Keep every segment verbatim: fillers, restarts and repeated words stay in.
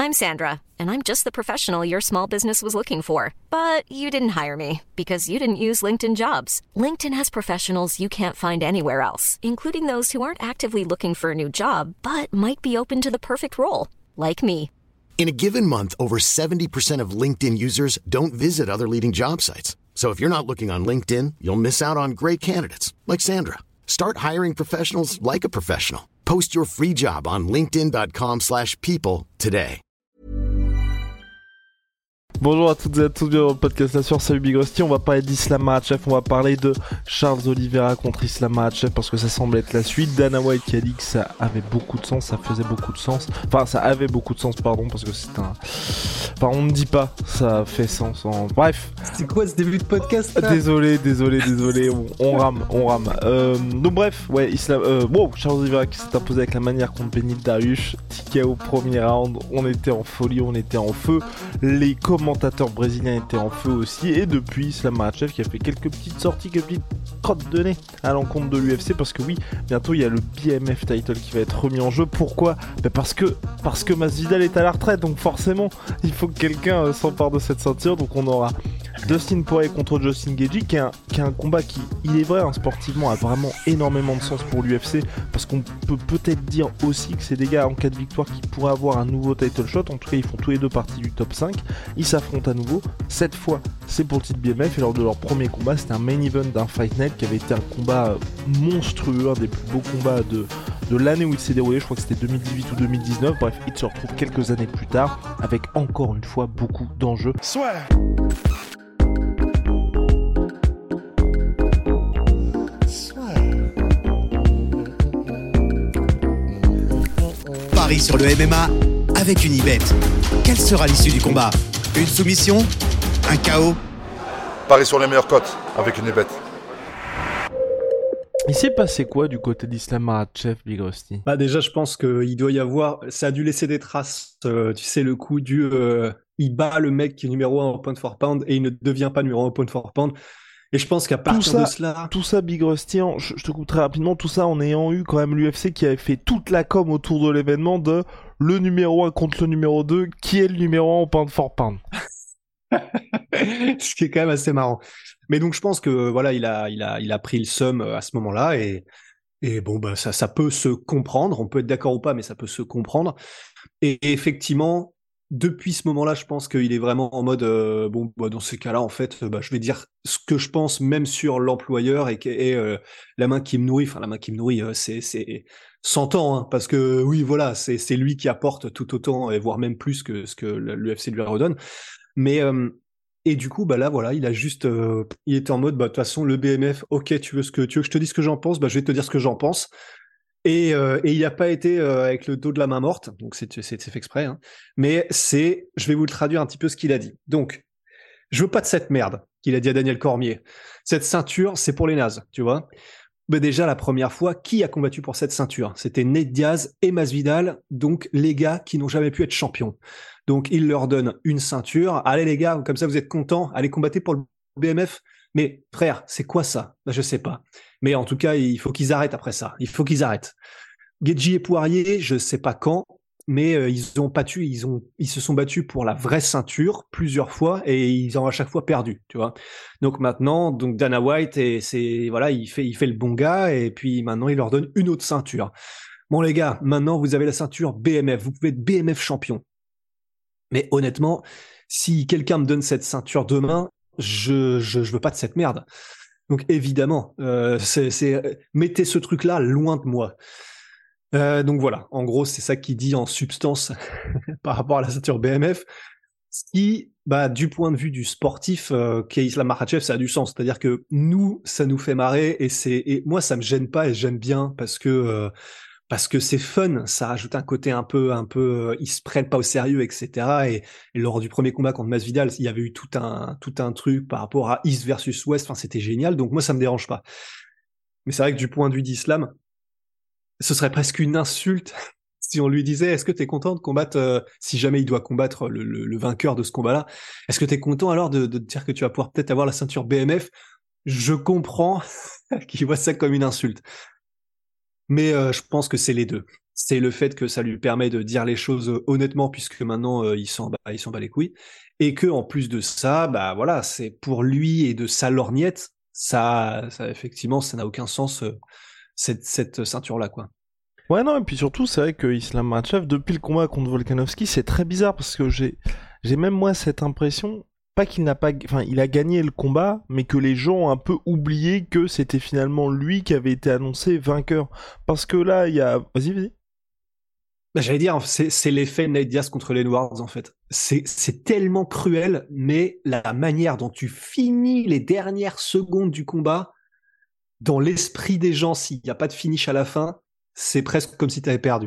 I'm Sandra, and I'm just the professional your small business was looking for. But you didn't hire me because you didn't use LinkedIn Jobs. LinkedIn has professionals you can't find anywhere else, including those who aren't actively looking for a new job, but might be open to the perfect role, like me. In a given month, over seventy percent of LinkedIn users don't visit other leading job sites. So if you're not looking on LinkedIn, you'll miss out on great candidates like Sandra. Start hiring professionals like a professional. Post your free job on linkedin.com slash people today. Bonjour à toutes et à tous, bienvenue dans le podcast La Sueur, salut Big Rusty. On va parler d'Islam Makhachev, on va parler de Charles Oliveira contre Islam Makhachev parce que ça semble être la suite. Dana White qui a dit que ça avait beaucoup de sens, ça faisait beaucoup de sens. Enfin, ça avait beaucoup de sens, pardon, parce que c'est un... Enfin, on ne dit pas, ça fait sens en... Bref. C'est quoi ce début de podcast là? Désolé, désolé, désolé, on, on rame, on rame. Euh, donc bref, ouais, Islam... Euh, wow, Charles Oliveira qui s'est imposé avec la manière contre Benil Dariush. T K O au premier round, on était en folie, on était en feu. Les commentateurs brésiliens étaient en feu aussi. Et depuis, Islam Makhachev qui a fait quelques petites sorties, quelques petites crottes de nez à l'encontre de l'U F C. Parce que oui, bientôt il y a le B M F title qui va être remis en jeu. Pourquoi? bah Parce que parce que Masvidal est à la retraite. Donc forcément, il faut que quelqu'un euh, s'empare de cette ceinture. Donc on aura Dustin Poirier contre Justin Gaethje qui est un, qui est un combat qui, il est vrai, hein, sportivement a vraiment énormément de sens pour l'U F C. Parce qu'on peut peut-être dire aussi que c'est des gars en cas de victoire qui pourraient avoir un nouveau title shot. En tout cas, ils font tous les deux partie du top cinq. Ils s'affrontent à nouveau. Cette fois, c'est pour le titre B M F. Et lors de leur premier combat, c'était un main event d'un Fight Night qui avait été un combat monstrueux, un des plus beaux combats de, de l'année où il s'est déroulé. Je crois que c'était deux mille dix-huit ou deux mille dix-neuf. Bref, il se retrouve quelques années plus tard avec encore une fois beaucoup d'enjeux. Soit. Paris sur le M M A avec Unibet. Quelle sera l'issue du combat? Une soumission? Un K O? Paris sur les meilleures cotes avec Unibet. Il s'est passé quoi du côté d'Islam Makhachev, Big Rusty? Bah déjà, je pense qu'il doit y avoir... Ça a dû laisser des traces. Euh, tu sais, le coup du... Euh, il bat le mec qui est numéro un en pound for pound et il ne devient pas numéro un en pound for pound. Et je pense qu'à partir ça, de cela... Tout ça, Big Rusty, en, je, je te coupe très rapidement, tout ça en ayant eu quand même l'U F C qui avait fait toute la com autour de l'événement de le numéro un contre le numéro deux, qui est le numéro un au pound for pound. Ce qui est quand même assez marrant. Mais donc je pense que voilà, il a, il a, il a pris le seum à ce moment-là et, et bon, bah, ça, ça peut se comprendre. On peut être d'accord ou pas, mais ça peut se comprendre. Et, et effectivement... Depuis ce moment-là, je pense qu'il est vraiment en mode euh, bon, bah, dans ces cas-là, en fait, bah, je vais dire ce que je pense, même sur l'employeur et, et euh, la main qui me nourrit. Enfin, la main qui me nourrit, euh, c'est c'est cent ans, hein, parce que oui, voilà, c'est c'est lui qui apporte tout autant, et voire même plus que ce que l'U F C lui redonne. Mais euh, et du coup, bah là, voilà, il a juste, euh, il était en mode, bah de toute façon, le B M F, ok, tu veux ce que tu veux que je te dise ce que j'en pense, bah je vais te dire ce que j'en pense. Et, euh, et il n'a pas été euh, avec le dos de la main morte, donc c'est, c'est, c'est fait exprès, hein. Mais c'est, je vais vous le traduire un petit peu ce qu'il a dit. Donc, je veux pas de cette merde qu'il a dit à Daniel Cormier. Cette ceinture, c'est pour les nazes, tu vois. Mais déjà, la première fois, qui a combattu pour cette ceinture? C'était Nate Diaz et Masvidal, donc les gars qui n'ont jamais pu être champions. Donc, il leur donne une ceinture. Allez les gars, comme ça vous êtes contents, allez combattre pour le B M F. Mais frère, c'est quoi ça? Ben, je sais pas. Mais en tout cas, il faut qu'ils arrêtent après ça. Il faut qu'ils arrêtent. Gaethje et Poirier, je sais pas quand, mais euh, ils ont battu, ils ont, ils se sont battus pour la vraie ceinture plusieurs fois et ils ont à chaque fois perdu, tu vois. Donc maintenant, donc Dana White et c'est voilà, il fait, il fait le bon gars et puis maintenant il leur donne une autre ceinture. Bon les gars, maintenant vous avez la ceinture B M F, vous pouvez être B M F champion. Mais honnêtement, si quelqu'un me donne cette ceinture demain, je, je, je veux pas de cette merde. Donc évidemment, euh, c'est, c'est mettez ce truc-là loin de moi. Euh, donc voilà, en gros, c'est ça qu'il dit en substance par rapport à la ceinture B M F. Ce qui, bah, du point de vue du sportif, euh, qui est Islam Makhachev, ça a du sens. C'est-à-dire que nous, ça nous fait marrer et c'est, et moi, ça me gêne pas et j'aime bien parce que euh, parce que c'est fun, ça rajoute un côté un peu, un peu, euh, ils se prennent pas au sérieux, et cetera. Et, et lors du premier combat contre Masvidal, il y avait eu tout un, tout un truc par rapport à East versus West. Enfin, c'était génial. Donc moi, ça me dérange pas. Mais c'est vrai que du point de vue d'Islam, ce serait presque une insulte si on lui disait, est-ce que t'es content de combattre, euh, si jamais il doit combattre le, le, le vainqueur de ce combat-là, est-ce que t'es content alors de, de te dire que tu vas pouvoir peut-être avoir la ceinture B M F? Je comprends qu'il voit ça comme une insulte. Mais euh, je pense que c'est les deux. c'est le fait que ça lui permet de dire les choses euh, honnêtement, puisque maintenant euh, il s'en bat, il s'en bat les couilles, et que en plus de ça, bah voilà, c'est pour lui et de sa lorgnette, ça, ça effectivement, ça n'a aucun sens euh, cette, cette ceinture là, quoi. Ouais, non, et puis surtout, c'est vrai que Islam Makhachev, depuis le combat contre Volkanovski, c'est très bizarre parce que j'ai, j'ai même moi cette impression, pas qu'il n'a pas, enfin, il a gagné le combat, mais que les gens ont un peu oublié que c'était finalement lui qui avait été annoncé vainqueur. Parce que là, il y a, vas-y, vas-y. Bah, j'allais dire, c'est, c'est l'effet Nate Diaz contre Len Ward, en fait. C'est, c'est tellement cruel, mais la manière dont tu finis les dernières secondes du combat, dans l'esprit des gens, s'il n'y a pas de finish à la fin, c'est presque comme si tu avais perdu.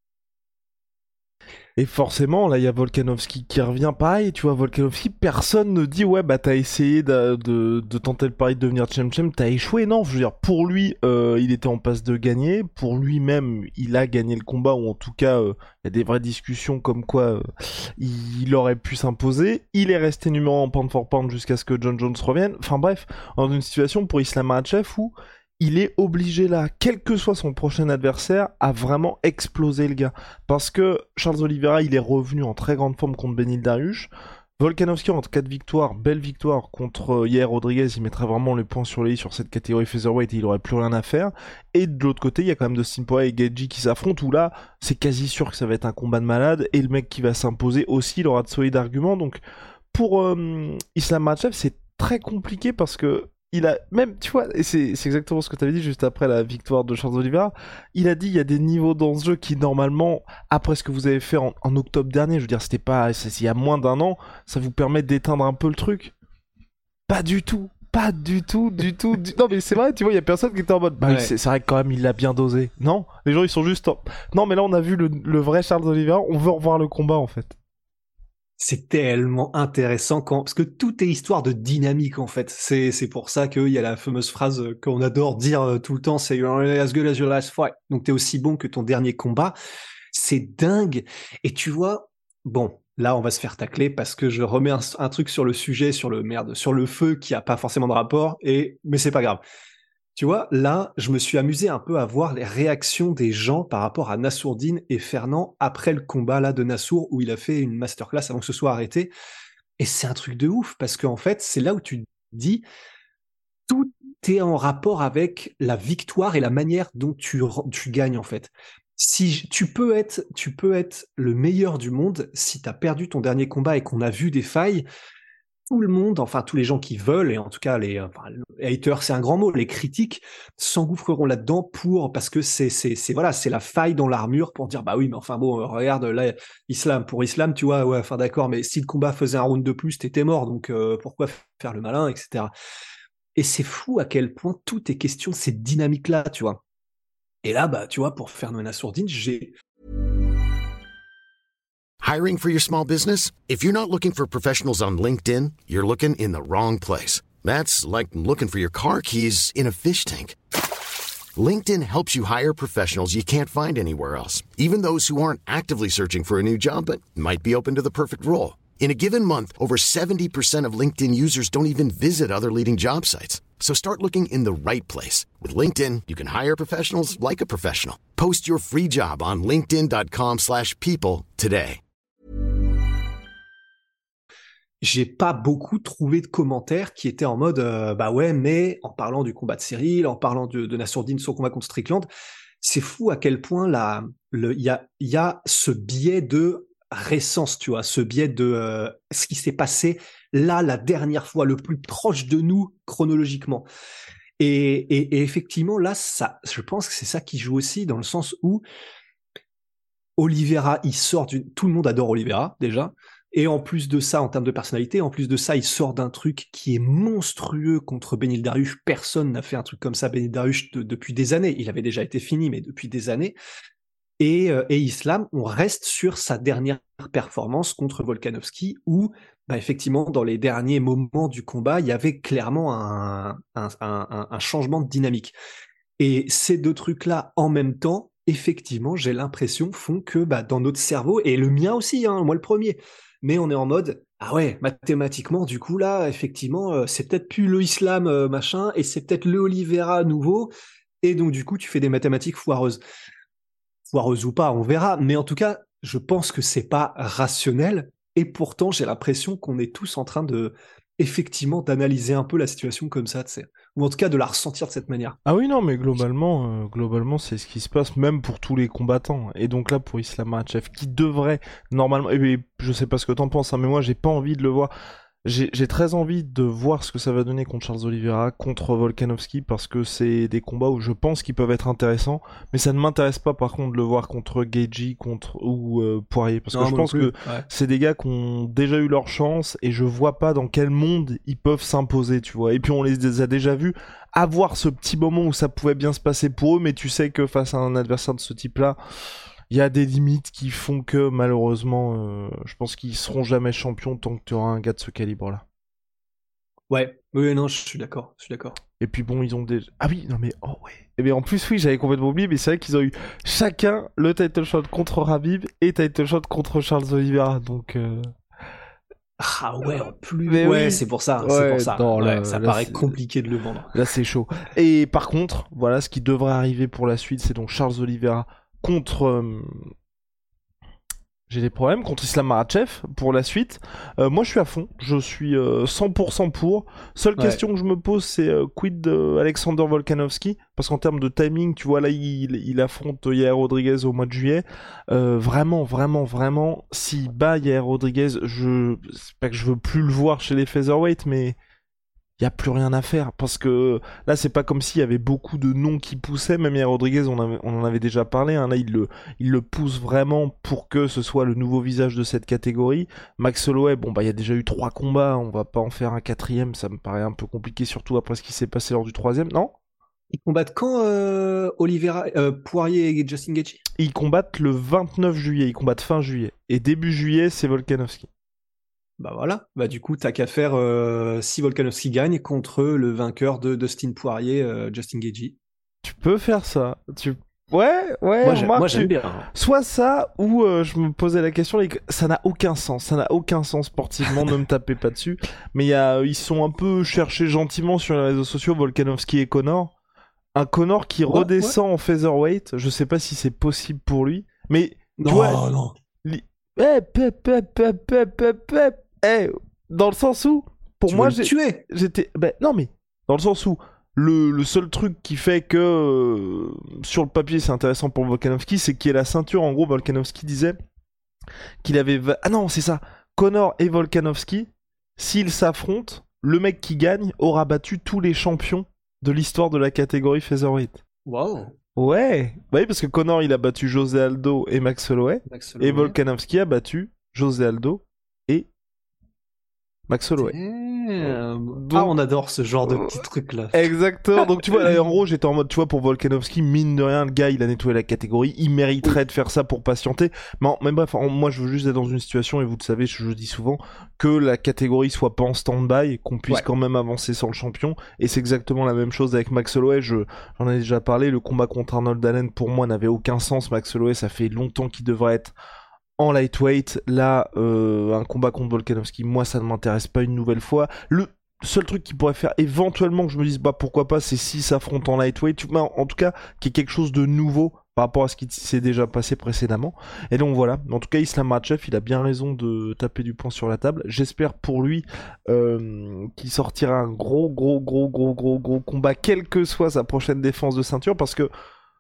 Et forcément, là, il y a Volkanovski qui revient. Pareil, tu vois, Volkanovski, personne ne dit, ouais, bah, t'as essayé de, de, de tenter le pari de devenir champ-champ, t'as échoué. Non, je veux dire, pour lui, euh, il était en passe de gagner. Pour lui-même, il a gagné le combat, ou en tout cas, il euh, y a des vraies discussions comme quoi euh, il aurait pu s'imposer. Il est resté numéro un en pound for pound jusqu'à ce que John Jones revienne. Enfin bref, dans une situation pour Islam Makhachev où il est obligé là, quel que soit son prochain adversaire, à vraiment exploser le gars. Parce que Charles Oliveira, il est revenu en très grande forme contre Beneil Dariush. Volkanovski, en quatre victoires, belle victoire contre Yair Rodriguez, il mettrait vraiment les points sur les i sur cette catégorie featherweight et il aurait plus rien à faire. Et de l'autre côté, il y a quand même Dustin Poirier et Gaethje qui s'affrontent, où là, c'est quasi sûr que ça va être un combat de malade, et le mec qui va s'imposer aussi, il aura de solides arguments. Donc, pour euh, Islam Makhachev, c'est très compliqué parce que il a même, tu vois, et c'est, c'est exactement ce que tu avais dit juste après la victoire de Charles Oliveira, il a dit il y a des niveaux dans ce jeu qui normalement, après ce que vous avez fait en, en octobre dernier, je veux dire, c'était pas, c'est, il y a moins d'un an, ça vous permet d'éteindre un peu le truc. Pas du tout, pas du tout, du tout, du... non mais c'est vrai, tu vois, il y a personne qui était en mode, bah ouais. c'est, c'est vrai que quand même il l'a bien dosé. Non, les gens ils sont juste, en... non mais là on a vu le, le vrai Charles Oliveira, on veut revoir le combat en fait. C'est tellement intéressant quand, parce que tout est histoire de dynamique en fait. C'est, c'est pour ça qu'il y a la fameuse phrase qu'on adore dire tout le temps, c'est You're only as good as your last fight. Donc t'es aussi bon que ton dernier combat. C'est dingue. Et tu vois, bon, là on va se faire tacler parce que je remets un, un truc sur le sujet, sur le merde, sur le feu qui a pas forcément de rapport. Et mais c'est pas grave. Tu vois, là, je me suis amusé un peu à voir les réactions des gens par rapport à Nassourdine et Fernand après le combat là de Nassour où il a fait une masterclass avant que ce soit arrêté. Et c'est un truc de ouf parce qu'en fait, c'est là où tu te dis tout est en rapport avec la victoire et la manière dont tu, tu gagnes en fait. Si tu peux être, tu peux être le meilleur du monde si tu as perdu ton dernier combat et qu'on a vu des failles. Tout le monde, enfin tous les gens qui veulent, et en tout cas les, enfin, les haters, c'est un grand mot, les critiques s'engouffreront là-dedans pour parce que c'est c'est c'est voilà, c'est la faille dans l'armure pour dire bah oui mais enfin bon regarde là Islam pour Islam tu vois ouais enfin d'accord mais si le combat faisait un round de plus t'étais mort donc euh, pourquoi faire le malin et cetera. Et c'est fou à quel point tout est question de cette dynamique là tu vois. Et là bah tu vois pour Fernand Nassourdine j'ai Hiring for your small business? If you're not looking for professionals on LinkedIn, you're looking in the wrong place. That's like looking for your car keys in a fish tank. LinkedIn helps you hire professionals you can't find anywhere else, even those who aren't actively searching for a new job but might be open to the perfect role. In a given month, over seventy percent of LinkedIn users don't even visit other leading job sites. So start looking in the right place. With LinkedIn, you can hire professionals like a professional. Post your free job on linkedin dot com slash people today. J'ai pas beaucoup trouvé de commentaires qui étaient en mode euh, bah ouais mais en parlant du combat de Cyril, en parlant de, de Nassourdine son combat contre Strickland, c'est fou à quel point là il y a il y a ce biais de récence, tu vois, ce biais de euh, ce qui s'est passé là la dernière fois, le plus proche de nous chronologiquement. Et, et, et effectivement là ça, je pense que c'est ça qui joue aussi dans le sens où Oliveira il sort du, tout le monde adore Oliveira déjà. Et en plus de ça, en termes de personnalité, en plus de ça, il sort d'un truc qui est monstrueux contre Beneil Dariush. Personne n'a fait un truc comme ça, Beneil Dariush, de, depuis des années. Il avait déjà été fini, mais depuis des années. Et, euh, et Islam, on reste sur sa dernière performance contre Volkanovski, où, bah, effectivement, dans les derniers moments du combat, il y avait clairement un, un, un, un changement de dynamique. Et ces deux trucs-là, en même temps, effectivement, j'ai l'impression, font que bah, dans notre cerveau, et le mien aussi, hein, moi le premier, mais on est en mode ah ouais mathématiquement du coup là effectivement euh, c'est peut-être plus le Islam euh, machin et c'est peut-être le Oliveira nouveau et donc du coup tu fais des mathématiques foireuses. foireuse ou pas, on verra. Mais en tout cas, je pense que c'est pas rationnel. Et pourtant, j'ai l'impression qu'on est tous en train de, effectivement, d'analyser un peu la situation comme ça, tu sais. Ou en tout cas, de la ressentir de cette manière. Ah oui, non, mais globalement, euh, globalement, c'est ce qui se passe, même pour tous les combattants. Et donc là, pour Islam Makhachev, qui devrait, normalement, et, et je sais pas ce que t'en penses, hein, mais moi, j'ai pas envie de le voir. J'ai, j'ai très envie de voir ce que ça va donner contre Charles Oliveira, contre Volkanovski, parce que c'est des combats où je pense qu'ils peuvent être intéressants, mais ça ne m'intéresse pas par contre de le voir contre Gaethje contre, ou euh, Poirier, parce Non, que je moi pense non plus, que ouais. c'est des gars qui ont déjà eu leur chance, et je vois pas dans quel monde ils peuvent s'imposer, tu vois. Et puis on les a déjà vus avoir ce petit moment où ça pouvait bien se passer pour eux, mais tu sais que face à un adversaire de ce type-là, il y a des limites qui font que malheureusement, euh, je pense qu'ils seront jamais champions tant que tu auras un gars de ce calibre-là. Ouais, oui, non, je suis d'accord, je suis d'accord. Et puis bon, ils ont des... Ah oui, non mais... Oh ouais. Et bien en plus, oui, j'avais complètement oublié, mais c'est vrai qu'ils ont eu chacun le title shot contre Khabib et title shot contre Charles Oliveira, donc... Euh... Ah ouais, en plus. Mais ouais, oui. c'est pour ça, Ouais, c'est pour ça. non, Ouais, là- ça là, paraît c'est- compliqué de le vendre. Là, c'est chaud. Et par contre, voilà, ce qui devrait arriver pour la suite, c'est donc Charles Oliveira contre... euh, J'ai des problèmes contre Islam Makhachev pour la suite. Euh, moi, je suis à fond. Je suis euh, cent pour cent pour. Seule Ouais. question que je me pose, c'est euh, quid de Alexander Volkanovski, parce qu'en termes de timing, tu vois, là, il, il affronte Yair Rodriguez au mois de juillet. Euh, vraiment, vraiment, vraiment, s'il bat Yair Rodriguez, je... c'est pas que je veux plus le voir chez les featherweight, mais il y a plus rien à faire, parce que là, c'est pas comme s'il y avait beaucoup de noms qui poussaient. Même Yair Rodriguez, on, avait- on en avait déjà parlé, hein. Là, il le, il le pousse vraiment pour que ce soit le nouveau visage de cette catégorie. Max Holloway, bon, bah, il y a déjà eu trois combats, on va pas en faire un quatrième, ça me paraît un peu compliqué, surtout après ce qui s'est passé lors du troisième, non? Ils combattent quand euh, Oliveira, euh, Poirier et Justin Gaethje? Ils combattent le vingt-neuf juillet, ils combattent fin juillet. Et début juillet, c'est Volkanovski. Bah voilà, bah du coup, t'as qu'à faire euh, si Volkanovski gagne contre le vainqueur de Dustin Poirier, euh, Justin Gaethje. Tu peux faire ça. Tu... Ouais, ouais, Moi, j'ai- remarque, moi, tu- j'aime bien. hein. Soit ça, ou euh, je me posais la question, les gars, ça n'a aucun sens, ça n'a aucun sens sportivement, ne me tapez pas dessus. Mais il y a, ils sont un peu cherchés gentiment sur les réseaux sociaux, Volkanovski et Conor. Un Conor qui Ouais, redescend en featherweight, je sais pas si c'est possible pour lui, mais tu Non, vois, non. li- eh, pep, pep, pep, pep, pep, pep. Eh, dans le sens où, pour Tu moi, veux le j'ai- tuer. j'étais, ben non mais dans le sens où le, le seul truc qui fait que euh, sur le papier c'est intéressant pour Volkanovski, c'est qu'il y ait la ceinture. En gros, Volkanovski disait qu'il avait va- ah non, c'est ça, Conor et Volkanovski, s'ils s'affrontent, le mec qui gagne aura battu tous les champions de l'histoire de la catégorie featherweight. Waouh. Ouais, bah oui, parce que Conor il a battu José Aldo et Max Holloway, Max et Holloway. Volkanovski a battu José Aldo et Max Holloway. Damn. Ah, on adore ce genre de petits trucs là. Exactement. Donc tu vois, là, en gros, j'étais en mode, tu vois, pour Volkanovski, mine de rien, le gars, il a nettoyé la catégorie, il mériterait de faire ça pour patienter. Mais, en- mais bref, en- moi, je veux juste être dans une situation, et vous le savez, je, je dis souvent, que la catégorie soit pas en stand-by, qu'on puisse Ouais. quand même avancer sans le champion. Et c'est exactement la même chose avec Max Holloway. Je, j'en ai déjà parlé. Le combat contre Arnold Allen, pour moi, n'avait aucun sens. Max Holloway, ça fait longtemps qu'il devrait être en lightweight. Là, euh, un combat contre Volkanovski, moi, ça ne m'intéresse pas une nouvelle fois. Le seul truc qui pourrait faire éventuellement que je me dise, bah pourquoi pas, c'est s'ils s'affrontent en lightweight. Tu- mais en, en tout cas, qu'il y ait quelque chose de nouveau par rapport à ce qui s'est déjà passé précédemment. Et donc voilà. En tout cas, Islam Makhachev, il a bien raison de taper du poing sur la table. J'espère pour lui euh, qu'il sortira un gros, gros, gros, gros, gros, gros combat, quelle que soit sa prochaine défense de ceinture, parce que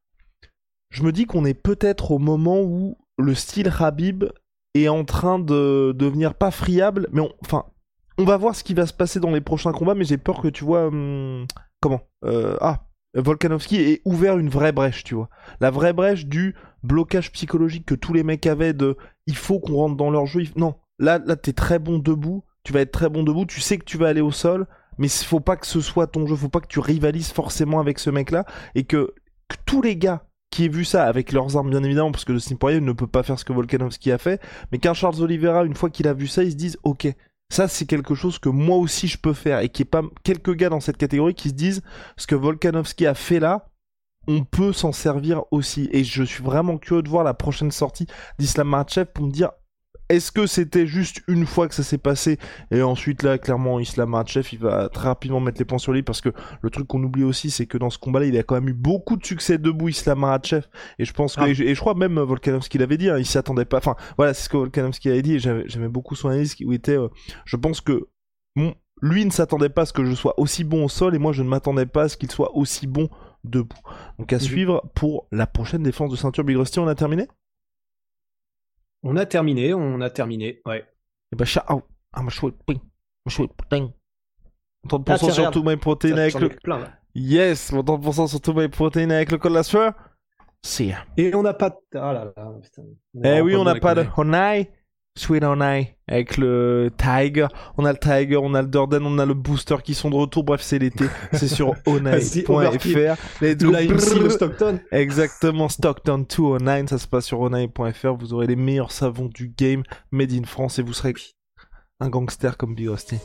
je me dis qu'on est peut-être au moment où le style Khabib est en train de devenir pas friable, mais on, enfin, on va voir ce qui va se passer dans les prochains combats, mais j'ai peur que tu vois, hum, comment, euh, ah, Volkanovski ait ouvert une vraie brèche, tu vois, la vraie brèche du blocage psychologique que tous les mecs avaient de, il faut qu'on rentre dans leur jeu, il... non, là, là, t'es très bon debout, tu vas être très bon debout, tu sais que tu vas aller au sol, mais il faut pas que ce soit ton jeu, faut pas que tu rivalises forcément avec ce mec-là, et que, que tous les gars qui aient vu ça avec leurs armes bien évidemment, parce que le Dustin Poirier ne peut pas faire ce que Volkanovski a fait, mais qu'un Charles Oliveira, une fois qu'il a vu ça, ils se disent ok, ça c'est quelque chose que moi aussi je peux faire, et qu'il n'y ait pas quelques gars dans cette catégorie qui se disent ce que Volkanovski a fait là, on peut s'en servir aussi. Et je suis vraiment curieux de voir la prochaine sortie d'Islam Makhachev pour me dire est-ce que c'était juste une fois que ça s'est passé et ensuite là clairement Islam Makhachev il va très rapidement mettre les points sur les i parce que le truc qu'on oublie aussi c'est que dans ce combat là il a quand même eu beaucoup de succès debout Islam Makhachev et je pense que ah. et, je, et je crois même Volkanovski l'avait dit hein, il s'y attendait pas, enfin voilà c'est ce que Volkanovski avait dit et j'aimais, j'aimais beaucoup son analyse où il était euh, je pense que bon, lui ne s'attendait pas à ce que je sois aussi bon au sol et moi je ne m'attendais pas à ce qu'il soit aussi bon debout. Donc à mmh. suivre pour la prochaine défense de ceinture. Big Rusty, on a terminé? On a terminé, on a terminé, ouais. Et bah, shout out, I'm a sweet ping, I'm a sweet ping. trente pour cent ah, sur tout my protein avec le. Plein, yes, trente pour cent sur tout my protein avec le code la sueur. See ya. Et on n'a pas de. Ah là là, putain. Eh oui, on n'a pas de Honai, Sweet Honai avec le Tiger. On a le Tiger, on a le Durden, on a le Booster qui sont de retour. Bref, c'est l'été. C'est sur honai point f r. Let's go. Le Stockton. Exactement, Stockton deux cent neuf. Ça se passe sur honai point f r. Vous aurez les meilleurs savons du game made in France et vous serez un gangster comme Big Rusty.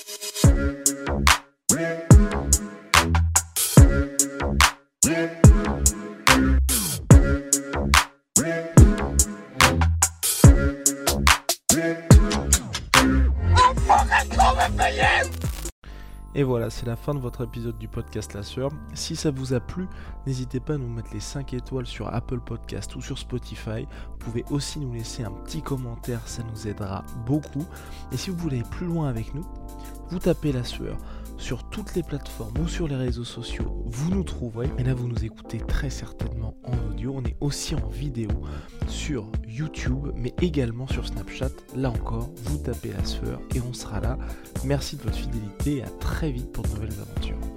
Et voilà, c'est la fin de votre épisode du podcast La Sueur. Si ça vous a plu, n'hésitez pas à nous mettre les cinq étoiles sur Apple Podcast ou sur Spotify. Vous pouvez aussi nous laisser un petit commentaire, ça nous aidera beaucoup. Et si vous voulez aller plus loin avec nous, vous tapez La Sueur sur toutes les plateformes ou sur les réseaux sociaux, vous nous trouverez. Et là, vous nous écoutez très certainement en audio. On est aussi en vidéo sur YouTube, mais également sur Snapchat. Là encore, vous tapez La Sueur et on sera là. Merci de votre fidélité et à très vite pour de nouvelles aventures.